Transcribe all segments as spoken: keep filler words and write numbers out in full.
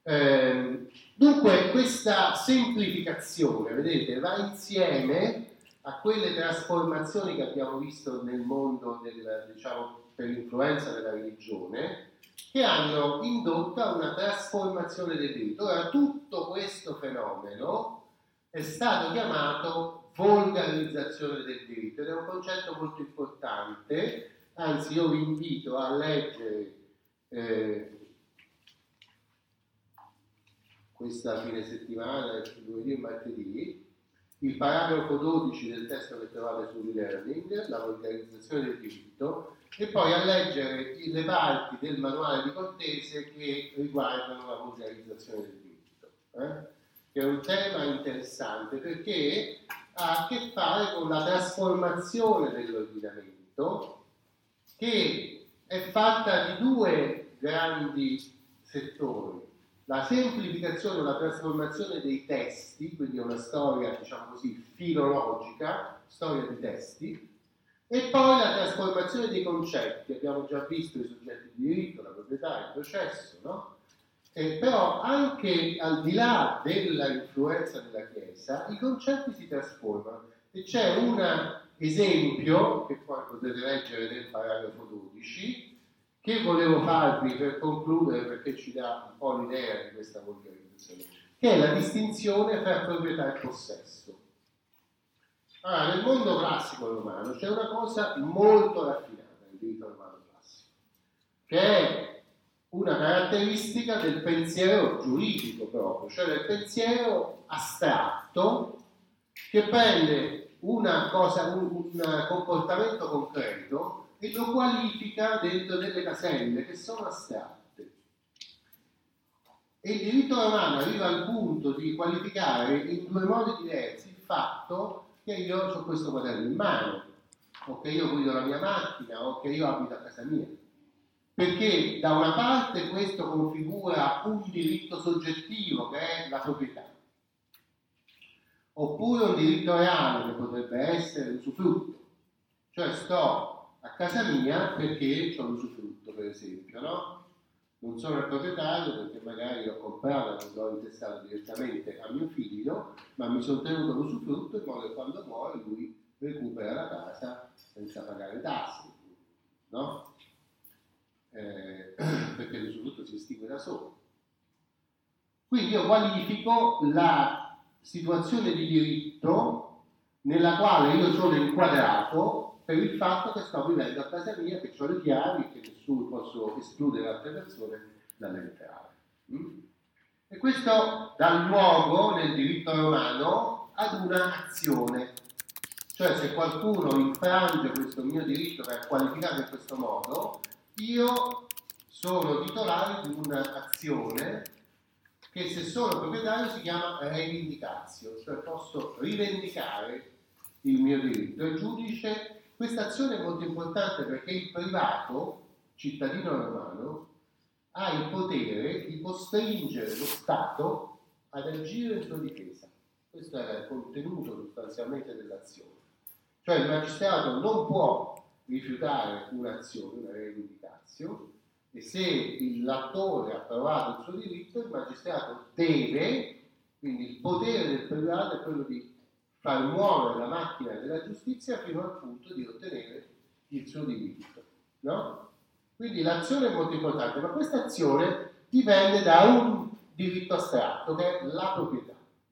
Eh, dunque questa semplificazione, vedete, va insieme a quelle trasformazioni che abbiamo visto nel mondo del, diciamo, per influenza della religione, che hanno indotto a una trasformazione del diritto. Ora, tutto questo fenomeno è stato chiamato volgarizzazione del diritto ed è un concetto molto importante, anzi io vi invito a leggere eh, questa fine settimana, lunedì e martedì, il paragrafo dodici del testo che trovate su e-learning, la volgarizzazione del diritto, e poi a leggere le parti del manuale di Cortese che riguardano la volgarizzazione del diritto, eh? che è un tema interessante perché ha a che fare con la trasformazione dell'ordinamento, che è fatta di due grandi settori: la semplificazione o la trasformazione dei testi, quindi una storia, diciamo così, filologica, storia di testi, e poi la trasformazione dei concetti. Abbiamo già visto i soggetti di diritto, la proprietà, il processo, no? Eh, però anche al di là della influenza della Chiesa, i concetti si trasformano. E c'è un esempio, che poi potete leggere nel paragrafo dodici, che volevo farvi per concludere, perché ci dà un po' l'idea di questa volgarizzazione, che è la distinzione tra proprietà e possesso. Allora, nel mondo classico romano c'è una cosa molto raffinata nel diritto romano classico, che è una caratteristica del pensiero giuridico proprio, cioè del pensiero astratto che prende una cosa, un, un comportamento concreto e lo qualifica dentro delle caselle che sono astratte. E il diritto romano arriva al punto di qualificare in due modi diversi il fatto che io ho questo quaderno in mano, o che io guido la mia macchina, o che io abito a casa mia. Perché da una parte questo configura un diritto soggettivo che è la proprietà, oppure un diritto reale che potrebbe essere l'usufrutto, cioè sto a casa mia perché ho l'usufrutto, per esempio, no? Non sono il proprietario perché magari l'ho comprato e l'ho intestato direttamente a mio figlio, ma mi sono tenuto l'usufrutto in modo che quando muore lui recupera la casa senza pagare tasse, no? Eh, perché l'usufrutto si estingue da solo. Quindi io qualifico la situazione di diritto nella quale io sono inquadrato per il fatto che sto vivendo a casa mia, che ho le chiavi, che nessuno posso escludere altre persone dall'entrare. Mm? E questo dà luogo nel diritto romano ad un'azione. Cioè, se qualcuno infrange questo mio diritto che è qualificato in questo modo, io sono titolare di un'azione che, se sono proprietario, si chiama reivindicatio, cioè posso rivendicare il mio diritto. Il giudice, questa azione è molto importante perché il privato, cittadino romano, ha il potere di costringere lo Stato ad agire in sua difesa. Questo era il contenuto sostanzialmente dell'azione. Cioè il magistrato non può rifiutare un'azione, una reivindicatio, e se l'attore ha provato il suo diritto, il magistrato deve, quindi il potere del privato è quello di far muovere la macchina della giustizia fino al punto di ottenere il suo diritto, no? Quindi l'azione è molto importante, ma questa azione dipende da un diritto astratto che è la proprietà.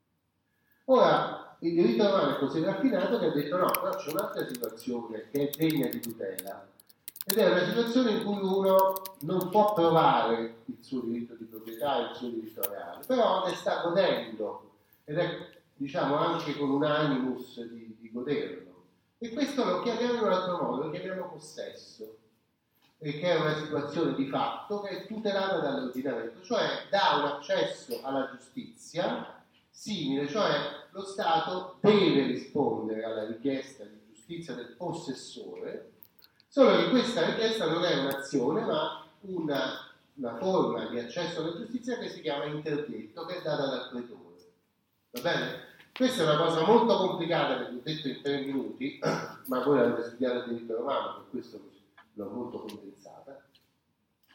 Ora, il diritto romano è così raffinato che ha detto no, però c'è un'altra situazione che è degna di tutela, ed è una situazione in cui uno non può provare il suo diritto di proprietà, il suo diritto reale, però ne sta godendo, ed è, diciamo, anche con un animus di, di goderlo. E questo lo chiamiamo in un altro modo, lo chiamiamo possesso, e che è una situazione di fatto che è tutelata dall'ordinamento, cioè dà un accesso alla giustizia simile, cioè lo Stato deve rispondere alla richiesta di giustizia del possessore, solo che questa richiesta non è un'azione ma una, una forma di accesso alla giustizia che si chiama interdetto, che è data dal pretore. Va bene? Questa è una cosa molto complicata che vi ho detto in tre minuti, ma voi avete studiato il diritto romano, per questo l'ho molto condensata,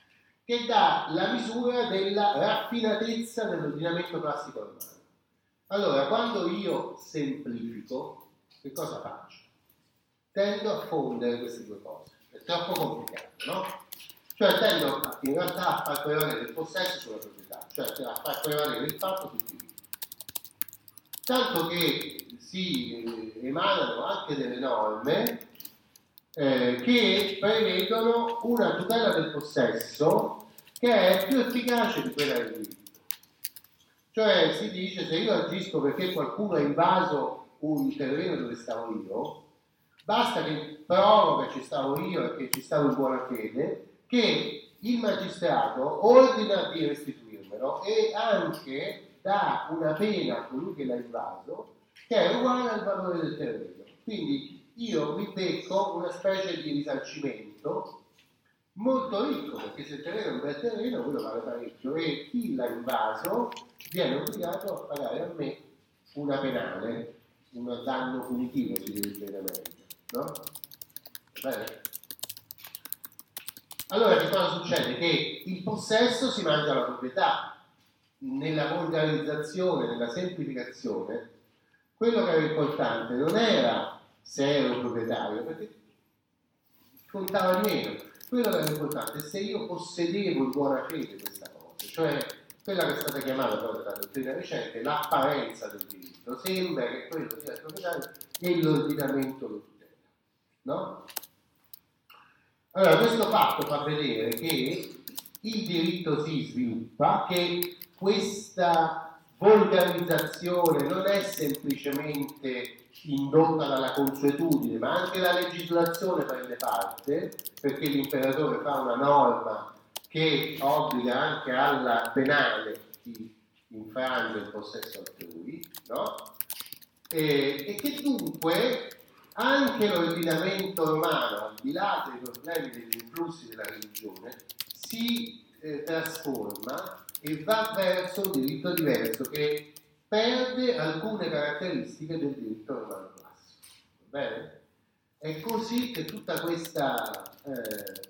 che dà la misura della raffinatezza dell'ordinamento classico romano. Allora, quando io semplifico, che cosa faccio? Tendo a fondere queste due cose. È troppo complicato, no? Cioè tendo in realtà a far prevalere il possesso sulla proprietà, cioè a far prevalere il fatto sul diritto. Tanto che si emanano anche delle norme eh, che prevedono una tutela del possesso che è più efficace di quella del diritto. Cioè si dice, se io agisco perché qualcuno ha invaso un terreno dove stavo io, basta che provo che ci stavo io e che ci stavo in buona fede, che il magistrato ordina di restituirmelo e anche dà una pena a colui che l'ha invaso che è uguale al valore del terreno. Quindi io mi becco una specie di risarcimento molto ricco, perché se il terreno è un bel terreno, quello vale parecchio e chi l'ha invaso viene obbligato a pagare a me una penale, un danno punitivo, si dice in America, no? Bene. Allora che cosa succede? Che il possesso si mangia la proprietà. Nella volgarizzazione, nella semplificazione, quello che era importante non era se ero proprietario, perché contava di meno. Quello che era importante è se io possedevo in buona fede questa cosa, cioè quella che è stata chiamata poi dalla dottrina recente l'apparenza del diritto. Sembra che quello sia il proprietario e l'ordinamento lo tutela, no? Allora questo fatto fa vedere che il diritto si sviluppa, che questa volgarizzazione non è semplicemente indotta dalla consuetudine, ma anche la legislazione prende parte, perché l'imperatore fa una norma che obbliga anche alla penale chi infrange il possesso altrui, no? E, e che dunque anche l'ordinamento romano, al di là dei problemi degli influssi della religione, si eh, trasforma e va verso un diritto diverso che perde alcune caratteristiche del diritto romano classico. Va bene? È così che tutta questa eh,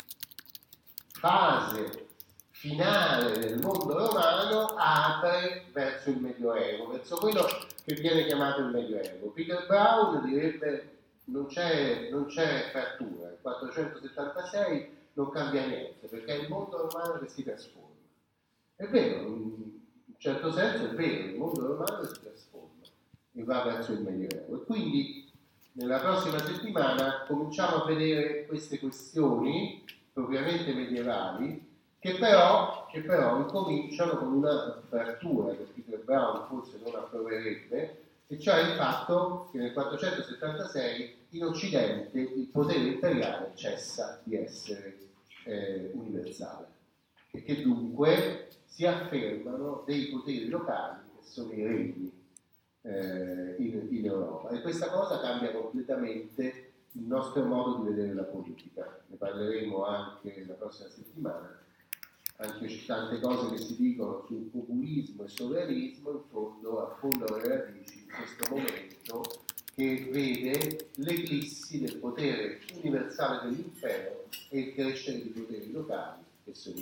fase finale del mondo romano apre verso il Medioevo, verso quello che viene chiamato il Medioevo. Peter Brown direbbe non c'è, non c'è frattura, il quattrocentosettantasei non cambia niente, perché è il mondo romano che si trasforma. È vero, in un certo senso è vero, il mondo romano si trasforma e va verso il Medioevo. E quindi nella prossima settimana cominciamo a vedere queste questioni propriamente medievali che però, che però incominciano con una frattura che Peter Brown forse non approverebbe, e cioè il fatto che nel quattrocentosettantasei in Occidente il potere imperiale cessa di essere eh, universale e che dunque si affermano dei poteri locali che sono i regni eh, in, in Europa, e questa cosa cambia completamente il nostro modo di vedere la politica. Ne parleremo anche la prossima settimana. Anche tante cose che si dicono sul populismo e sovranismo in fondo affondano le radici in questo momento che vede l'eclissi del potere universale dell'impero e il crescere di poteri locali che sono